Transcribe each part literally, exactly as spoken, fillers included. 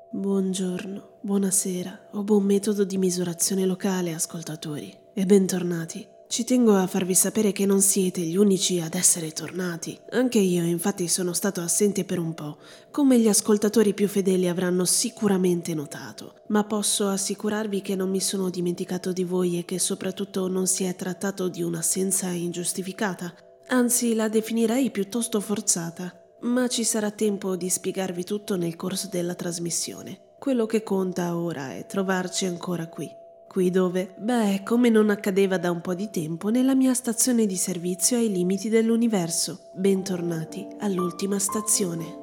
Buongiorno, buonasera o buon metodo di misurazione locale, ascoltatori, e bentornati. Ci tengo a farvi sapere che non siete gli unici ad essere tornati. Anche io, infatti, sono stato assente per un po', come gli ascoltatori più fedeli avranno sicuramente notato. Ma posso assicurarvi che non mi sono dimenticato di voi e che soprattutto non si è trattato di un'assenza ingiustificata. Anzi, la definirei piuttosto forzata. Ma ci sarà tempo di spiegarvi tutto nel corso della trasmissione. Quello che conta ora è trovarci ancora qui. Qui dove? Beh, come non accadeva da un po' di tempo nella mia stazione di servizio ai limiti dell'universo. Bentornati all'ultima stazione.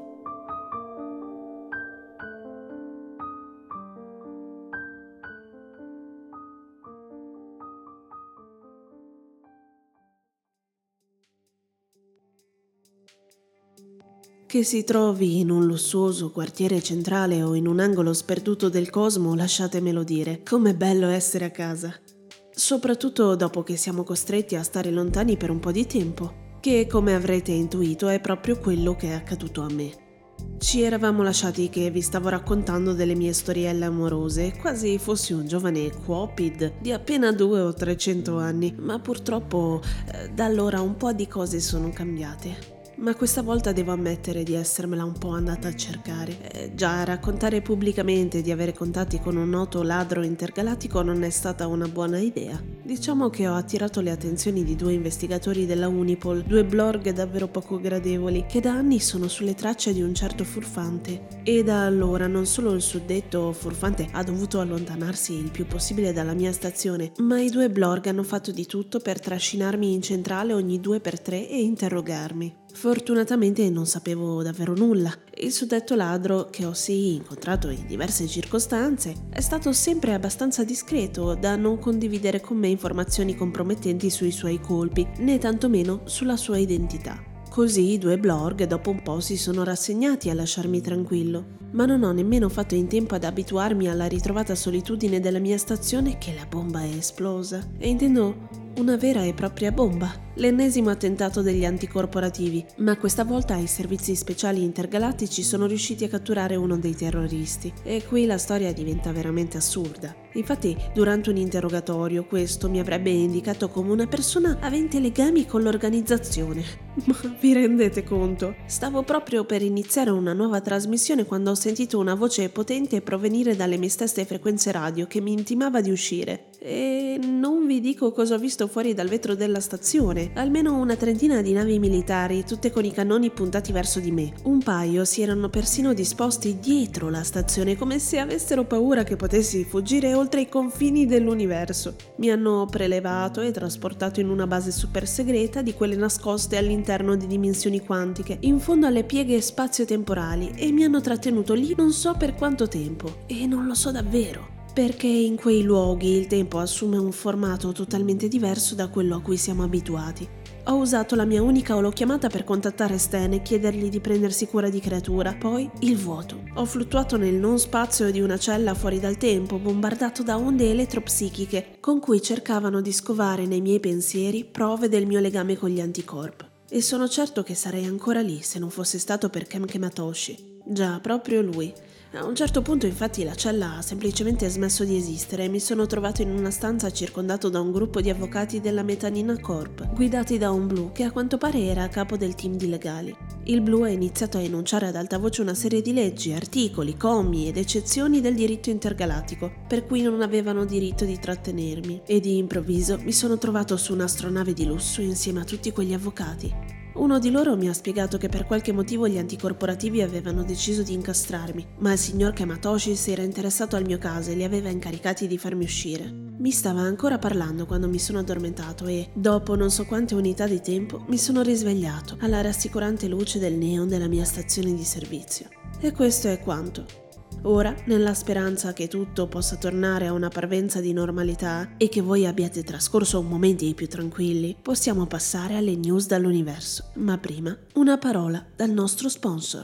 Che si trovi in un lussuoso quartiere centrale o in un angolo sperduto del cosmo, lasciatemelo dire, com'è bello essere a casa. Soprattutto dopo che siamo costretti a stare lontani per un po' di tempo, che come avrete intuito è proprio quello che è accaduto a me. Ci eravamo lasciati che vi stavo raccontando delle mie storielle amorose, quasi fossi un giovane Cupid di appena due o trecento anni, ma purtroppo eh, da allora un po' di cose sono cambiate. Ma questa volta devo ammettere di essermela un po' andata a cercare. Eh, già, raccontare pubblicamente di avere contatti con un noto ladro intergalattico non è stata una buona idea. Diciamo che ho attirato le attenzioni di due investigatori della Unipol, due blogger davvero poco gradevoli, che da anni sono sulle tracce di un certo furfante. E da allora non solo il suddetto furfante ha dovuto allontanarsi il più possibile dalla mia stazione, ma i due blog hanno fatto di tutto per trascinarmi in centrale ogni due per tre e interrogarmi. Fortunatamente non sapevo davvero nulla. Il suddetto ladro, che ho sì incontrato in diverse circostanze, è stato sempre abbastanza discreto da non condividere con me informazioni compromettenti sui suoi colpi, né tantomeno sulla sua identità. Così i due blog dopo un po' si sono rassegnati a lasciarmi tranquillo, ma non ho nemmeno fatto in tempo ad abituarmi alla ritrovata solitudine della mia stazione che la bomba è esplosa. E intendo una vera e propria bomba, l'ennesimo attentato degli anticorporativi, ma questa volta i servizi speciali intergalattici sono riusciti a catturare uno dei terroristi. E qui la storia diventa veramente assurda. Infatti, durante un interrogatorio, questo mi avrebbe indicato come una persona avente legami con l'organizzazione. Ma vi rendete conto? Stavo proprio per iniziare una nuova trasmissione quando ho sentito una voce potente provenire dalle mie stesse frequenze radio che mi intimava di uscire. E non vi dico cosa ho visto fuori dal vetro della stazione. Almeno una trentina di navi militari, tutte con i cannoni puntati verso di me. Un paio si erano persino disposti dietro la stazione, come se avessero paura che potessi fuggire oltre i confini dell'universo. Mi hanno prelevato e trasportato in una base super segreta di quelle nascoste all'interno di dimensioni quantiche, in fondo alle pieghe spazio-temporali, e mi hanno trattenuto lì non so per quanto tempo. E non lo so davvero. Perché in quei luoghi il tempo assume un formato totalmente diverso da quello a cui siamo abituati. Ho usato la mia unica olochiamata per contattare Stan e chiedergli di prendersi cura di creatura, poi il vuoto. Ho fluttuato nel non spazio di una cella fuori dal tempo, bombardato da onde elettropsichiche, con cui cercavano di scovare nei miei pensieri prove del mio legame con gli anticorp. E sono certo che sarei ancora lì se non fosse stato per Ken Kematoshi. Già, proprio lui. A un certo punto infatti la cella ha semplicemente smesso di esistere e mi sono trovato in una stanza circondato da un gruppo di avvocati della Metanina Corp, guidati da un blu che a quanto pare era a capo del team di legali. Il blu ha iniziato a enunciare ad alta voce una serie di leggi, articoli, commi ed eccezioni del diritto intergalattico, per cui non avevano diritto di trattenermi. E di improvviso mi sono trovato su un'astronave di lusso insieme a tutti quegli avvocati. Uno di loro mi ha spiegato che per qualche motivo gli anticorporativi avevano deciso di incastrarmi, ma il signor Kematoshi si era interessato al mio caso e li aveva incaricati di farmi uscire. Mi stava ancora parlando quando mi sono addormentato e, dopo non so quante unità di tempo, mi sono risvegliato alla rassicurante luce del neon della mia stazione di servizio. E questo è quanto. Ora, nella speranza che tutto possa tornare a una parvenza di normalità e che voi abbiate trascorso momenti più tranquilli, possiamo passare alle news dall'universo. Ma prima, una parola dal nostro sponsor.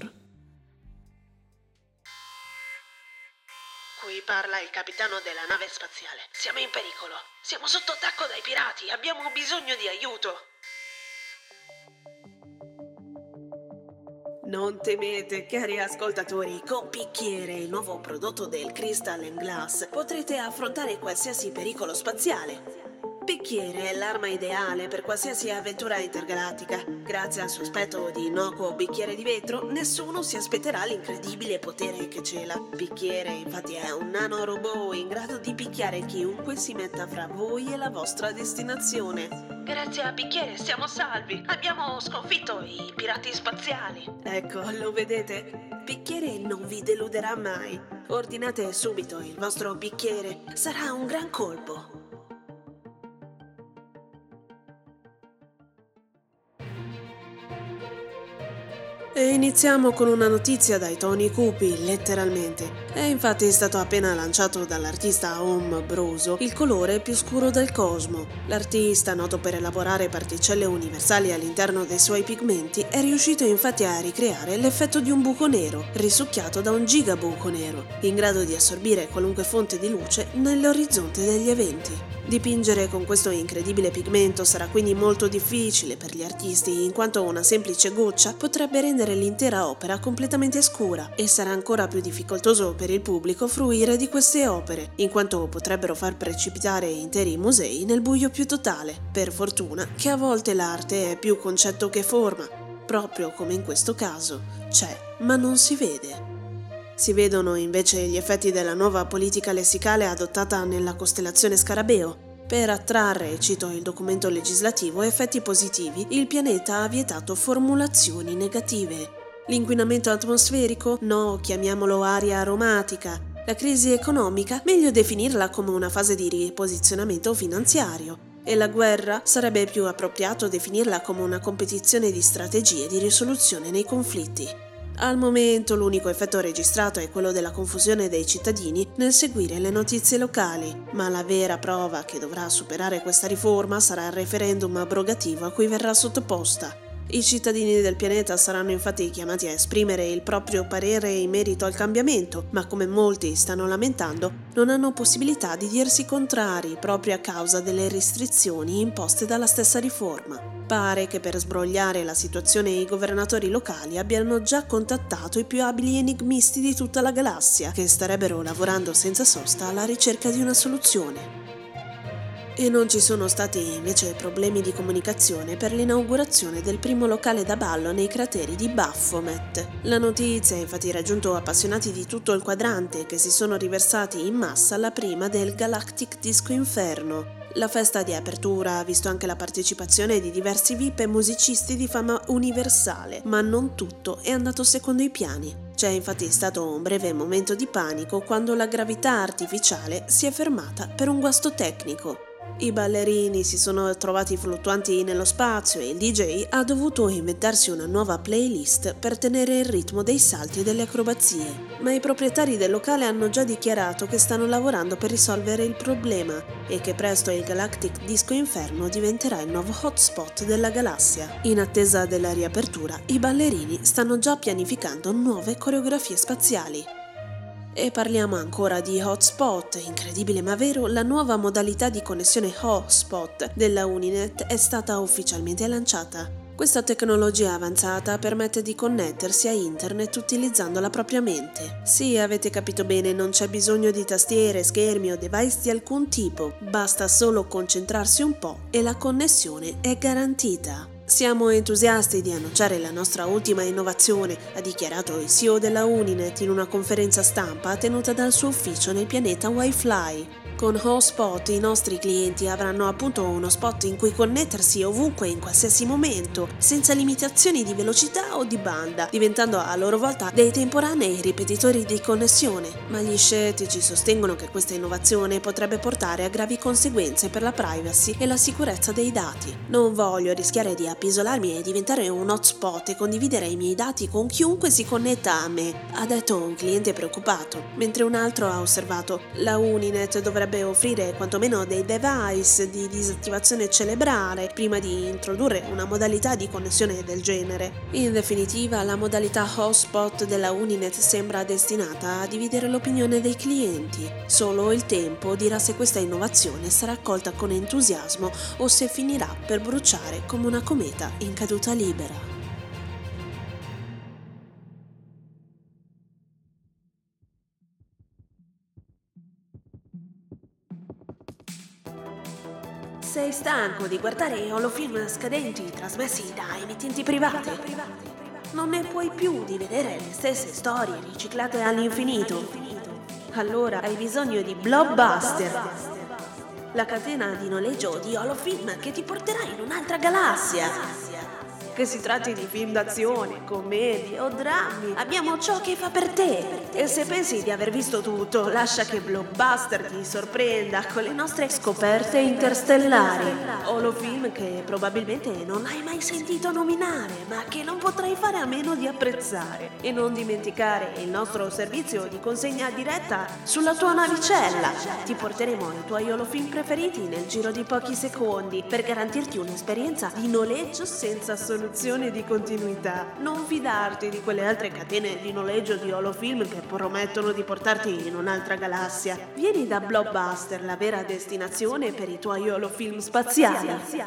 Qui parla il capitano della nave spaziale. Siamo in pericolo. Siamo sotto attacco dai pirati. Abbiamo bisogno di aiuto. Non temete, cari ascoltatori, con Picchiere, il nuovo prodotto del Crystal and Glass, potrete affrontare qualsiasi pericolo spaziale. Picchiere è l'arma ideale per qualsiasi avventura intergalattica. Grazie al suo aspetto di innocuo bicchiere di vetro, nessuno si aspetterà l'incredibile potere che cela. Picchiere, infatti, è un nanorobot in grado di picchiare chiunque si metta fra voi e la vostra destinazione. Grazie a Picchiere siamo salvi. Abbiamo sconfitto i pirati spaziali. Ecco, lo vedete? Picchiere non vi deluderà mai. Ordinate subito il vostro Picchiere. Sarà un gran colpo. E iniziamo con una notizia dai toni cupi, letteralmente. È infatti stato appena lanciato dall'artista Ombroso il colore più scuro del cosmo. L'artista, noto per elaborare particelle universali all'interno dei suoi pigmenti, è riuscito infatti a ricreare l'effetto di un buco nero, risucchiato da un gigabuco nero, in grado di assorbire qualunque fonte di luce nell'orizzonte degli eventi. Dipingere con questo incredibile pigmento sarà quindi molto difficile per gli artisti, in quanto una semplice goccia potrebbe rendere l'intera opera completamente scura, e sarà ancora più difficoltoso per il pubblico fruire di queste opere, in quanto potrebbero far precipitare interi musei nel buio più totale. Per fortuna che a volte l'arte è più concetto che forma, proprio come in questo caso. C'è, ma non si vede. Si vedono invece gli effetti della nuova politica lessicale adottata nella costellazione Scarabeo. Per attrarre, cito il documento legislativo, effetti positivi, il pianeta ha vietato formulazioni negative. L'inquinamento atmosferico? No, chiamiamolo aria aromatica. La crisi economica? Meglio definirla come una fase di riposizionamento finanziario. E la guerra? Sarebbe più appropriato definirla come una competizione di strategie di risoluzione nei conflitti. Al momento l'unico effetto registrato è quello della confusione dei cittadini nel seguire le notizie locali, ma la vera prova che dovrà superare questa riforma sarà il referendum abrogativo a cui verrà sottoposta. I cittadini del pianeta saranno infatti chiamati a esprimere il proprio parere in merito al cambiamento, ma come molti stanno lamentando, non hanno possibilità di dirsi contrari proprio a causa delle restrizioni imposte dalla stessa riforma. Pare che per sbrogliare la situazione i governatori locali abbiano già contattato i più abili enigmisti di tutta la galassia, che starebbero lavorando senza sosta alla ricerca di una soluzione. E non ci sono stati invece problemi di comunicazione per l'inaugurazione del primo locale da ballo nei crateri di Baphomet. La notizia ha infatti raggiunto appassionati di tutto il quadrante che si sono riversati in massa alla prima del Galactic Disco Inferno. La festa di apertura ha visto anche la partecipazione di diversi V I P e musicisti di fama universale, ma non tutto è andato secondo i piani. C'è infatti stato un breve momento di panico quando la gravità artificiale si è fermata per un guasto tecnico. I ballerini si sono trovati fluttuanti nello spazio e il D J ha dovuto inventarsi una nuova playlist per tenere il ritmo dei salti e delle acrobazie. Ma i proprietari del locale hanno già dichiarato che stanno lavorando per risolvere il problema e che presto il Galactic Disco Inferno diventerà il nuovo hotspot della galassia. In attesa della riapertura, i ballerini stanno già pianificando nuove coreografie spaziali. E parliamo ancora di hotspot. Incredibile ma vero, la nuova modalità di connessione hotspot della Uninet è stata ufficialmente lanciata. Questa tecnologia avanzata permette di connettersi a internet utilizzando la propria mente. Sì, avete capito bene, non c'è bisogno di tastiere, schermi o device di alcun tipo, basta solo concentrarsi un po' e la connessione è garantita. Siamo entusiasti di annunciare la nostra ultima innovazione, ha dichiarato il C E O della Uninet in una conferenza stampa tenuta dal suo ufficio nel pianeta Wi-Fi. Con Hotspot i nostri clienti avranno appunto uno spot in cui connettersi ovunque in qualsiasi momento, senza limitazioni di velocità o di banda, diventando a loro volta dei temporanei ripetitori di connessione. Ma gli scettici sostengono che questa innovazione potrebbe portare a gravi conseguenze per la privacy e la sicurezza dei dati. Non voglio rischiare di appisolarmi e diventare un hotspot e condividere i miei dati con chiunque si connetta a me, ha detto un cliente preoccupato, mentre un altro ha osservato: la Uninet dovrebbe offrire quantomeno dei device di disattivazione cerebrale prima di introdurre una modalità di connessione del genere. In definitiva, la modalità hotspot della Uninet sembra destinata a dividere l'opinione dei clienti. Solo il tempo dirà se questa innovazione sarà accolta con entusiasmo o se finirà per bruciare come una cometa in caduta libera. Sei stanco di guardare olofilm scadenti trasmessi da emittenti private? Non ne puoi più di vedere le stesse storie riciclate all'infinito? Allora hai bisogno di Blockbuster, la catena di noleggio di olofilm che ti porterà in un'altra galassia. Che si tratti di film d'azione, commedie o drammi, abbiamo ciò che fa per te. E se pensi di aver visto tutto, lascia che Blockbuster ti sorprenda con le nostre scoperte interstellari. Olofilm che probabilmente non hai mai sentito nominare, ma che non potrai fare a meno di apprezzare. E non dimenticare il nostro servizio di consegna diretta sulla tua navicella. Ti porteremo i tuoi olofilm preferiti nel giro di pochi secondi per garantirti un'esperienza di noleggio senza soluzione di continuità. Non fidarti di quelle altre catene di noleggio di olofilm che promettono di portarti in un'altra galassia. Vieni da Blockbuster, la vera destinazione per i tuoi olofilm spaziali.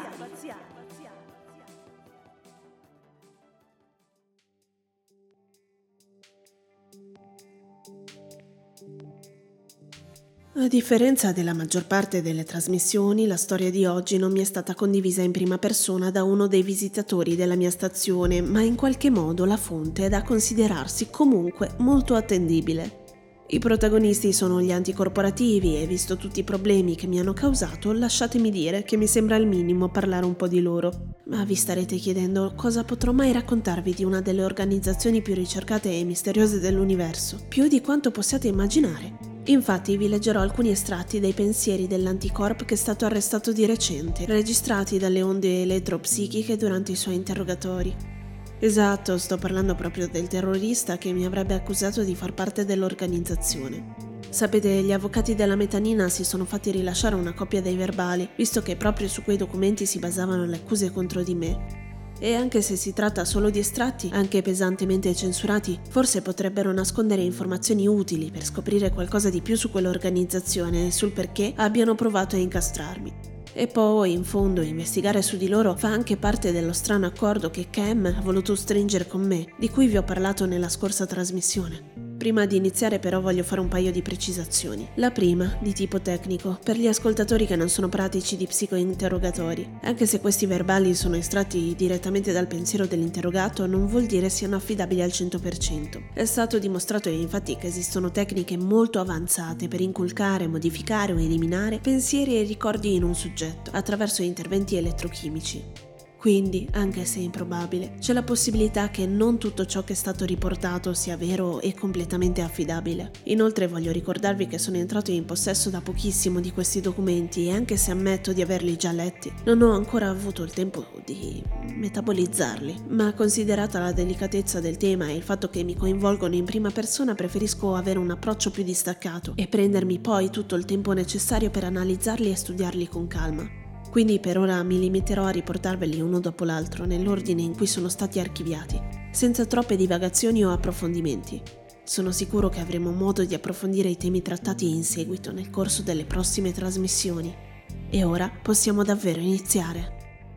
A differenza della maggior parte delle trasmissioni, la storia di oggi non mi è stata condivisa in prima persona da uno dei visitatori della mia stazione, ma in qualche modo la fonte è da considerarsi comunque molto attendibile. I protagonisti sono gli anticorporativi e, visto tutti i problemi che mi hanno causato, lasciatemi dire che mi sembra il minimo parlare un po' di loro. Ma vi starete chiedendo cosa potrò mai raccontarvi di una delle organizzazioni più ricercate e misteriose dell'universo, più di quanto possiate immaginare. Infatti vi leggerò alcuni estratti dei pensieri dell'anticorp che è stato arrestato di recente, registrati dalle onde elettropsichiche durante i suoi interrogatori. Esatto, sto parlando proprio del terrorista che mi avrebbe accusato di far parte dell'organizzazione. Sapete, gli avvocati della metanina si sono fatti rilasciare una copia dei verbali, visto che proprio su quei documenti si basavano le accuse contro di me. E anche se si tratta solo di estratti, anche pesantemente censurati, forse potrebbero nascondere informazioni utili per scoprire qualcosa di più su quell'organizzazione e sul perché abbiano provato a incastrarmi. E poi, in fondo, investigare su di loro fa anche parte dello strano accordo che Cam ha voluto stringere con me, di cui vi ho parlato nella scorsa trasmissione. Prima di iniziare però voglio fare un paio di precisazioni. La prima, di tipo tecnico, per gli ascoltatori che non sono pratici di psicointerrogatori. Anche se questi verbali sono estratti direttamente dal pensiero dell'interrogato, non vuol dire siano affidabili al cento per cento. È stato dimostrato infatti che esistono tecniche molto avanzate per inculcare, modificare o eliminare pensieri e ricordi in un soggetto, attraverso interventi elettrochimici. Quindi, anche se improbabile, c'è la possibilità che non tutto ciò che è stato riportato sia vero e completamente affidabile. Inoltre voglio ricordarvi che sono entrato in possesso da pochissimo di questi documenti e anche se ammetto di averli già letti, non ho ancora avuto il tempo di metabolizzarli. Ma considerata la delicatezza del tema e il fatto che mi coinvolgono in prima persona, preferisco avere un approccio più distaccato e prendermi poi tutto il tempo necessario per analizzarli e studiarli con calma. Quindi per ora mi limiterò a riportarveli uno dopo l'altro nell'ordine in cui sono stati archiviati, senza troppe divagazioni o approfondimenti. Sono sicuro che avremo modo di approfondire i temi trattati in seguito nel corso delle prossime trasmissioni. E ora possiamo davvero iniziare.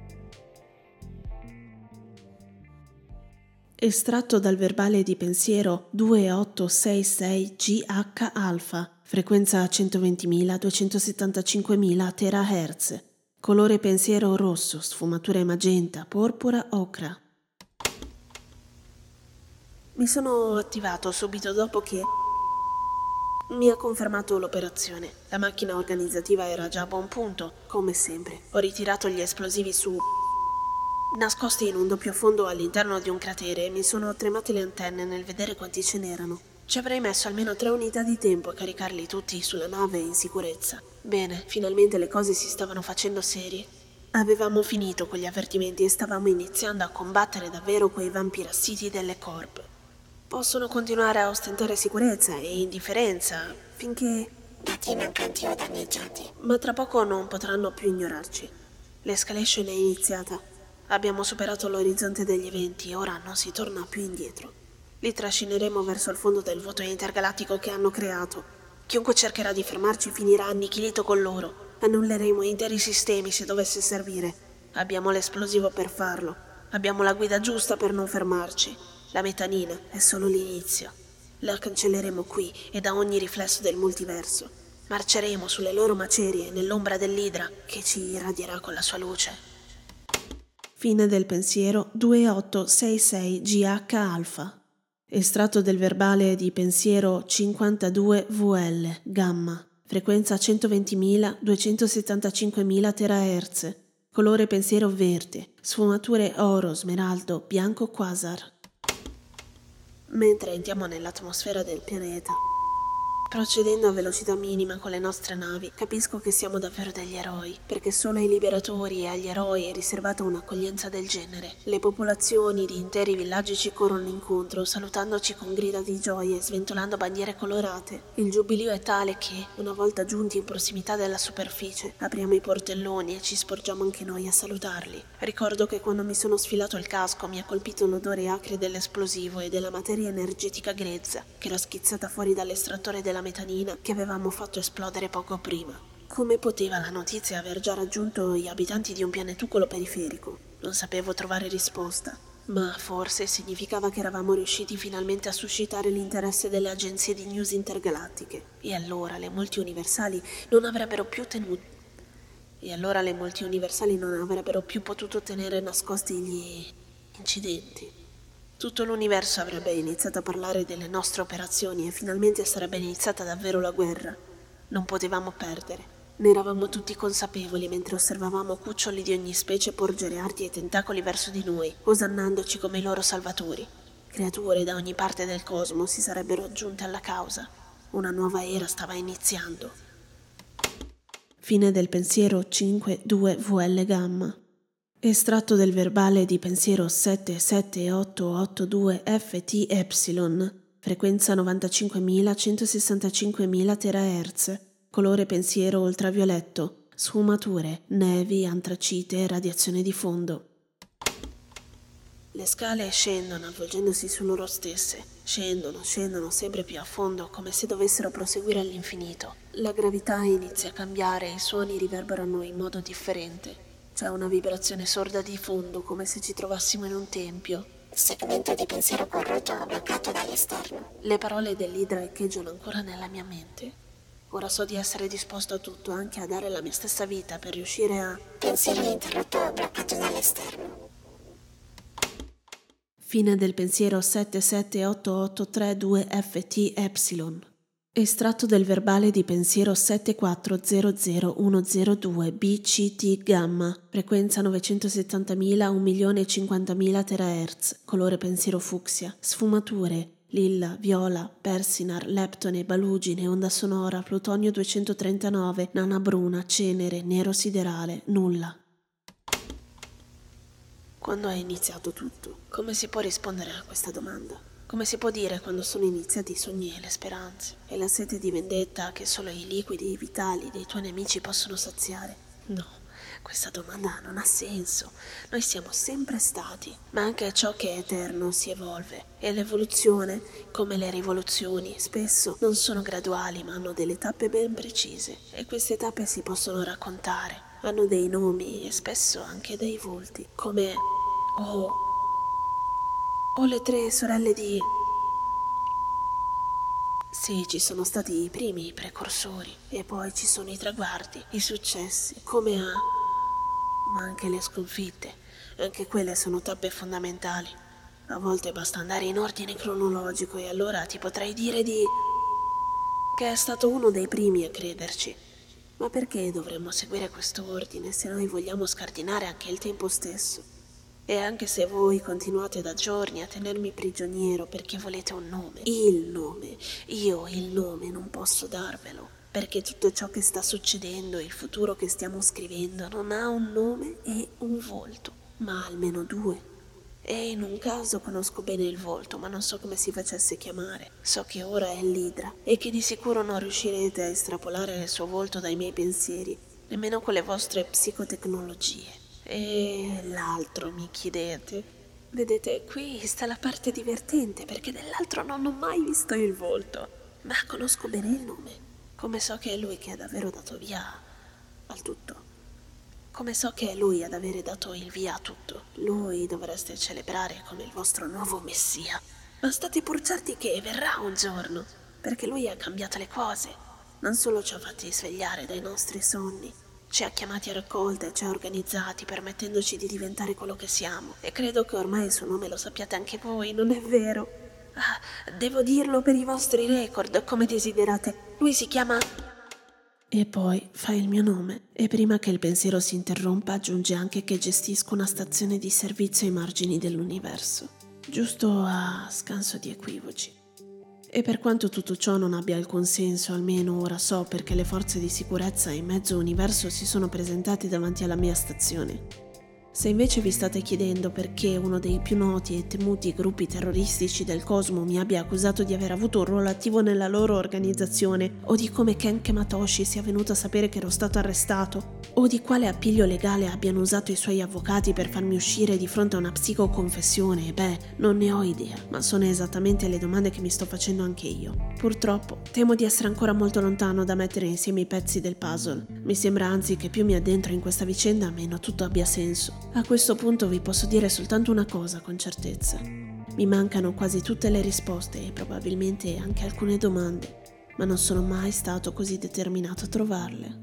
Estratto dal verbale di pensiero due otto sei sei G H alfa, frequenza centoventimila-duecentosettantacinquemila terahertz. Colore pensiero rosso, sfumature magenta, porpora, ocra. Mi sono attivato subito dopo che mi ha confermato l'operazione. La macchina organizzativa era già a buon punto, come sempre. Ho ritirato gli esplosivi su nascosti in un doppio fondo all'interno di un cratere e mi sono tremate le antenne nel vedere quanti ce n'erano. Ci avrei messo almeno tre unità di tempo a caricarli tutti sulla nave in sicurezza. Bene, finalmente le cose si stavano facendo serie. Avevamo finito con gli avvertimenti e stavamo iniziando a combattere davvero quei vampirassiti delle corp. Possono continuare a ostentare sicurezza e indifferenza finché dati mancanti o danneggiati, ma tra poco non potranno più ignorarci. L'escalation è iniziata. Abbiamo superato l'orizzonte degli eventi e ora non si torna più indietro. Li trascineremo verso il fondo del vuoto intergalattico che hanno creato. Chiunque cercherà di fermarci finirà annichilito con loro. Annulleremo interi sistemi se dovesse servire. Abbiamo l'esplosivo per farlo. Abbiamo la guida giusta per non fermarci. La metanina è solo l'inizio. La cancelleremo qui e da ogni riflesso del multiverso. Marceremo sulle loro macerie nell'ombra dell'idra che ci irradierà con la sua luce. Fine del pensiero ventotto sessantasei G H Alfa. Estratto del verbale di pensiero cinquantadue V L gamma. Frequenza centoventimila duecentosettantacinquemila terahertz. Colore pensiero verde. Sfumature oro, smeraldo, bianco quasar. Mentre entriamo nell'atmosfera del pianeta, procedendo a velocità minima con le nostre navi, capisco che siamo davvero degli eroi, perché solo ai liberatori e agli eroi è riservata un'accoglienza del genere. Le popolazioni di interi villaggi ci corrono incontro, salutandoci con grida di gioia e sventolando bandiere colorate. Il giubileo è tale che, una volta giunti in prossimità della superficie, apriamo i portelloni e ci sporgiamo anche noi a salutarli. Ricordo che quando mi sono sfilato il casco mi ha colpito l'odore acre dell'esplosivo e della materia energetica grezza, che era schizzata fuori dall'estrattore della metanina che avevamo fatto esplodere poco prima. Come poteva la notizia aver già raggiunto gli abitanti di un pianetucolo periferico? Non sapevo trovare risposta, ma forse significava che eravamo riusciti finalmente a suscitare l'interesse delle agenzie di news intergalattiche, e allora le multiuniversali non avrebbero più tenuto e allora le multiuniversali non avrebbero più potuto tenere nascosti gli incidenti. Tutto l'universo avrebbe iniziato a parlare delle nostre operazioni e finalmente sarebbe iniziata davvero la guerra. Non potevamo perdere. Ne eravamo tutti consapevoli mentre osservavamo cuccioli di ogni specie porgere arti e tentacoli verso di noi, osannandoci come i loro salvatori. Creature da ogni parte del cosmo si sarebbero aggiunte alla causa. Una nuova era stava iniziando. Fine del pensiero cinquantadue V L gamma. Estratto del verbale di pensiero sette sette otto otto due F T Epsilon, frequenza novantacinquemila centosessantacinquemila terahertz, colore pensiero ultravioletto, sfumature, nevi, antracite, radiazione di fondo. Le scale scendono avvolgendosi su loro stesse, scendono, scendono sempre più a fondo come se dovessero proseguire all'infinito. La gravità inizia a cambiare e i suoni riverberano in modo differente. C'è una vibrazione sorda di fondo, come se ci trovassimo in un tempio. Segmento di pensiero corrotto bloccato dall'esterno. Le parole dell'idra echeggiano ancora nella mia mente. Ora so di essere disposto a tutto, anche a dare la mia stessa vita per riuscire a... Pensiero interrotto bloccato dall'esterno. Fine del pensiero sette sette otto otto tre due F T Epsilon. Estratto del verbale di pensiero sette quattro zero zero uno zero due B C T gamma, frequenza novecentosettantamila un milione e cinquantamila terahertz, colore pensiero fucsia, sfumature, lilla, viola, persinar, leptone, balugine, onda sonora, plutonio duecentotrentanove, nana bruna, cenere, nero siderale, nulla. Quando è iniziato tutto? Come si può rispondere a questa domanda? Come si può dire quando sono iniziati i sogni e le speranze e la sete di vendetta che solo i liquidi vitali dei tuoi nemici possono saziare? No, questa domanda non ha senso. Noi siamo sempre stati, ma anche ciò che è eterno si evolve e l'evoluzione, come le rivoluzioni, spesso non sono graduali ma hanno delle tappe ben precise e queste tappe si possono raccontare, hanno dei nomi e spesso anche dei volti, come oh o le tre sorelle di... Sì, ci sono stati i primi, i precursori, e poi ci sono i traguardi, i successi, come a... ma anche le sconfitte, anche quelle sono tappe fondamentali. A volte basta andare in ordine cronologico e allora ti potrei dire di... che è stato uno dei primi a crederci. Ma perché dovremmo seguire questo ordine se noi vogliamo scardinare anche il tempo stesso? E anche se voi continuate da giorni a tenermi prigioniero perché volete un nome, il nome, io il nome non posso darvelo, perché tutto ciò che sta succedendo, il futuro che stiamo scrivendo, non ha un nome e un volto, ma almeno due. E in un caso conosco bene il volto, ma non so come si facesse chiamare. So che ora è l'idra e che di sicuro non riuscirete a estrapolare il suo volto dai miei pensieri, nemmeno con le vostre psicotecnologie. E l'altro, mi chiedete? Vedete, qui sta la parte divertente, perché dell'altro non ho mai visto il volto, ma conosco bene il nome. Come so che è lui che ha davvero dato via al tutto. Come so che è lui ad avere dato il via a tutto. Lui dovreste celebrare come il vostro nuovo messia. Ma state pur certi che verrà un giorno, perché lui ha cambiato le cose. non solo ci ha fatti svegliare dai nostri sonni, ci ha chiamati a raccolta e ci ha organizzati permettendoci di diventare quello che siamo. E credo che ormai il suo nome lo sappiate anche voi, non è vero? Ah, devo dirlo per i vostri record, come desiderate. Lui si chiama... E poi fa il mio nome, e prima che il pensiero si interrompa aggiunge anche che gestisco una stazione di servizio ai margini dell'universo, giusto a scanso di equivoci. E per quanto tutto ciò non abbia alcun senso, almeno ora so perché le forze di sicurezza in mezzo universo si sono presentate davanti alla mia stazione. Se invece vi state chiedendo perché uno dei più noti e temuti gruppi terroristici del cosmo mi abbia accusato di aver avuto un ruolo attivo nella loro organizzazione, o di come Ken Kematoshi sia venuto a sapere che ero stato arrestato, o di quale appiglio legale abbiano usato i suoi avvocati per farmi uscire di fronte a una psicoconfessione, beh, non ne ho idea, ma sono esattamente le domande che mi sto facendo anche io. Purtroppo, temo di essere ancora molto lontano da mettere insieme i pezzi del puzzle. Mi sembra anzi che più mi addentro in questa vicenda, meno tutto abbia senso. A questo punto vi posso dire soltanto una cosa con certezza. Mi mancano quasi tutte le risposte e probabilmente anche alcune domande, ma non sono mai stato così determinato a trovarle.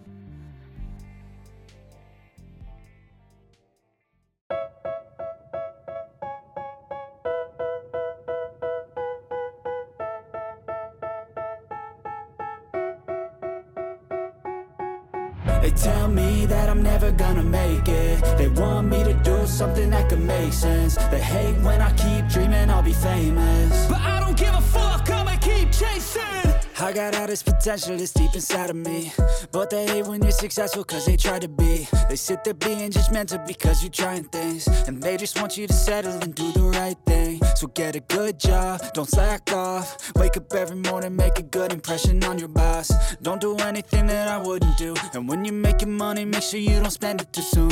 They tell me that I'm never gonna make it. They want me to do something that could make sense. They hate when I keep dreaming I'll be famous, but I don't give a fuck, I'ma keep chasing. I got all this potential that's deep inside of me, but they hate when you're successful cause they try to be. They sit there being judgmental because you're trying things, and they just want you to settle and do the right thing. So get a good job, don't slack off. Wake up every morning, make a good impression on your boss. Don't do anything that I wouldn't do, and when you're making money, make sure you don't spend it too soon.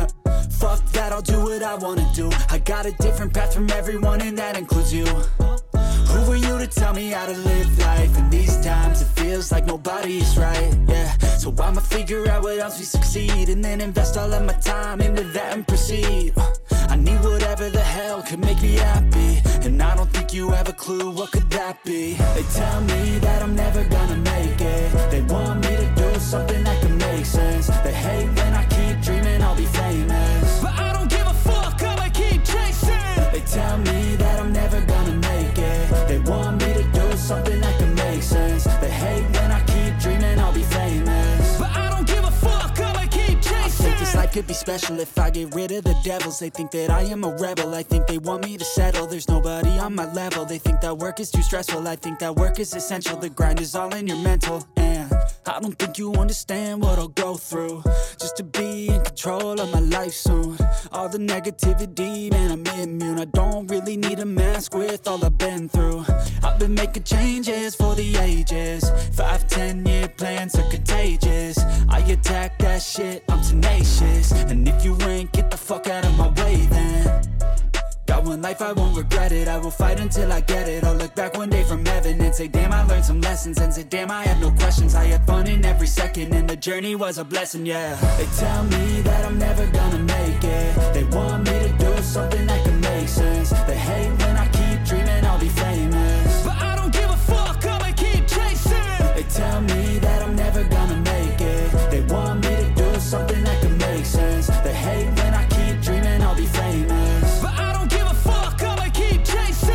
Fuck that, I'll do what I wanna do. I got a different path from everyone, and that includes you. Who are you to tell me how to live life? In these times it feels like nobody is right, yeah. So I'ma figure out what else we succeed, and then invest all of my time into that and proceed. I need whatever the hell could make me happy, and I don't think you have a clue what could that be. They tell me that I'm never gonna make it. They want me to do something that could make sense. They hate when I keep dreaming I'll be famous, but I don't give a fuck, I'ma keep chasing. They tell me that I'm never gonna make it. They want me to do something that could make sense. They hate when I keep dreaming I'll be famous, but I don't give a fuck, I'ma keep chasing. I think this life could be special if I get rid of the devils. They think that I am a rebel, I think they want me to settle. There's nobody on my level, they think that work is too stressful. I think that work is essential, the grind is all in your mental. And I don't think you understand what I'll go through just to be in control of my life soon. All the negativity, man, I'm immune. I don't really need a mask with all I've been through. I've been making changes for the ages. Five, ten year plans are contagious. I attack that shit, I'm tenacious. And if you ain't, get the fuck out of my way then. Got one life, I won't regret it. I will fight until I get it. I'll look back one day from heaven and say, damn, I learned some lessons. And say, damn, I had no questions. I had fun in every second, and the journey was a blessing, yeah. They tell me that I'm never gonna make it. They want me to do something that can make sense. They hate when I keep dreaming I'll be famous, but I don't give a fuck, I'ma keep chasing. They tell me that I'm never gonna make it. They want me to do something that can make sense. They hate when I keep dreaming I'll be famous, but I don't give a fuck, I'ma keep chasing.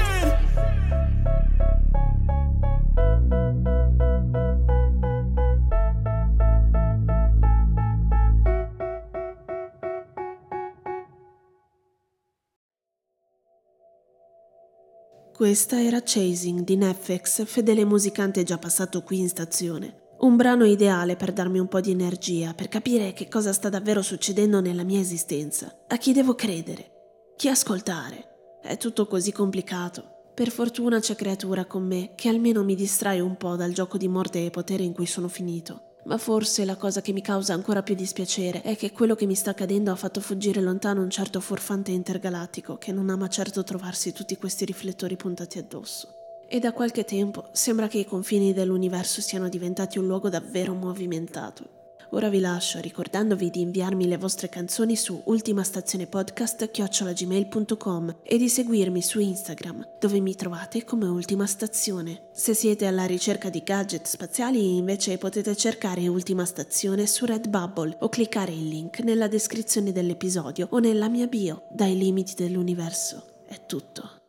Questa era Chasing di Netflix, fedele musicante già passato qui in stazione. Un brano ideale per darmi un po' di energia, per capire che cosa sta davvero succedendo nella mia esistenza. A chi devo credere? Chi ascoltare? È tutto così complicato. Per fortuna c'è creatura con me, che almeno mi distrae un po' dal gioco di morte e potere in cui sono finito. Ma forse la cosa che mi causa ancora più dispiacere è che quello che mi sta accadendo ha fatto fuggire lontano un certo furfante intergalattico che non ama certo trovarsi tutti questi riflettori puntati addosso. E da qualche tempo sembra che i confini dell'universo siano diventati un luogo davvero movimentato. Ora vi lascio ricordandovi di inviarmi le vostre canzoni su ultimastazionepodcast chiocciola gmail punto com e di seguirmi su Instagram, dove mi trovate come Ultima Stazione. Se siete alla ricerca di gadget spaziali, invece potete cercare Ultima Stazione su Redbubble o cliccare il link nella descrizione dell'episodio o nella mia bio. Dai limiti dell'universo è tutto.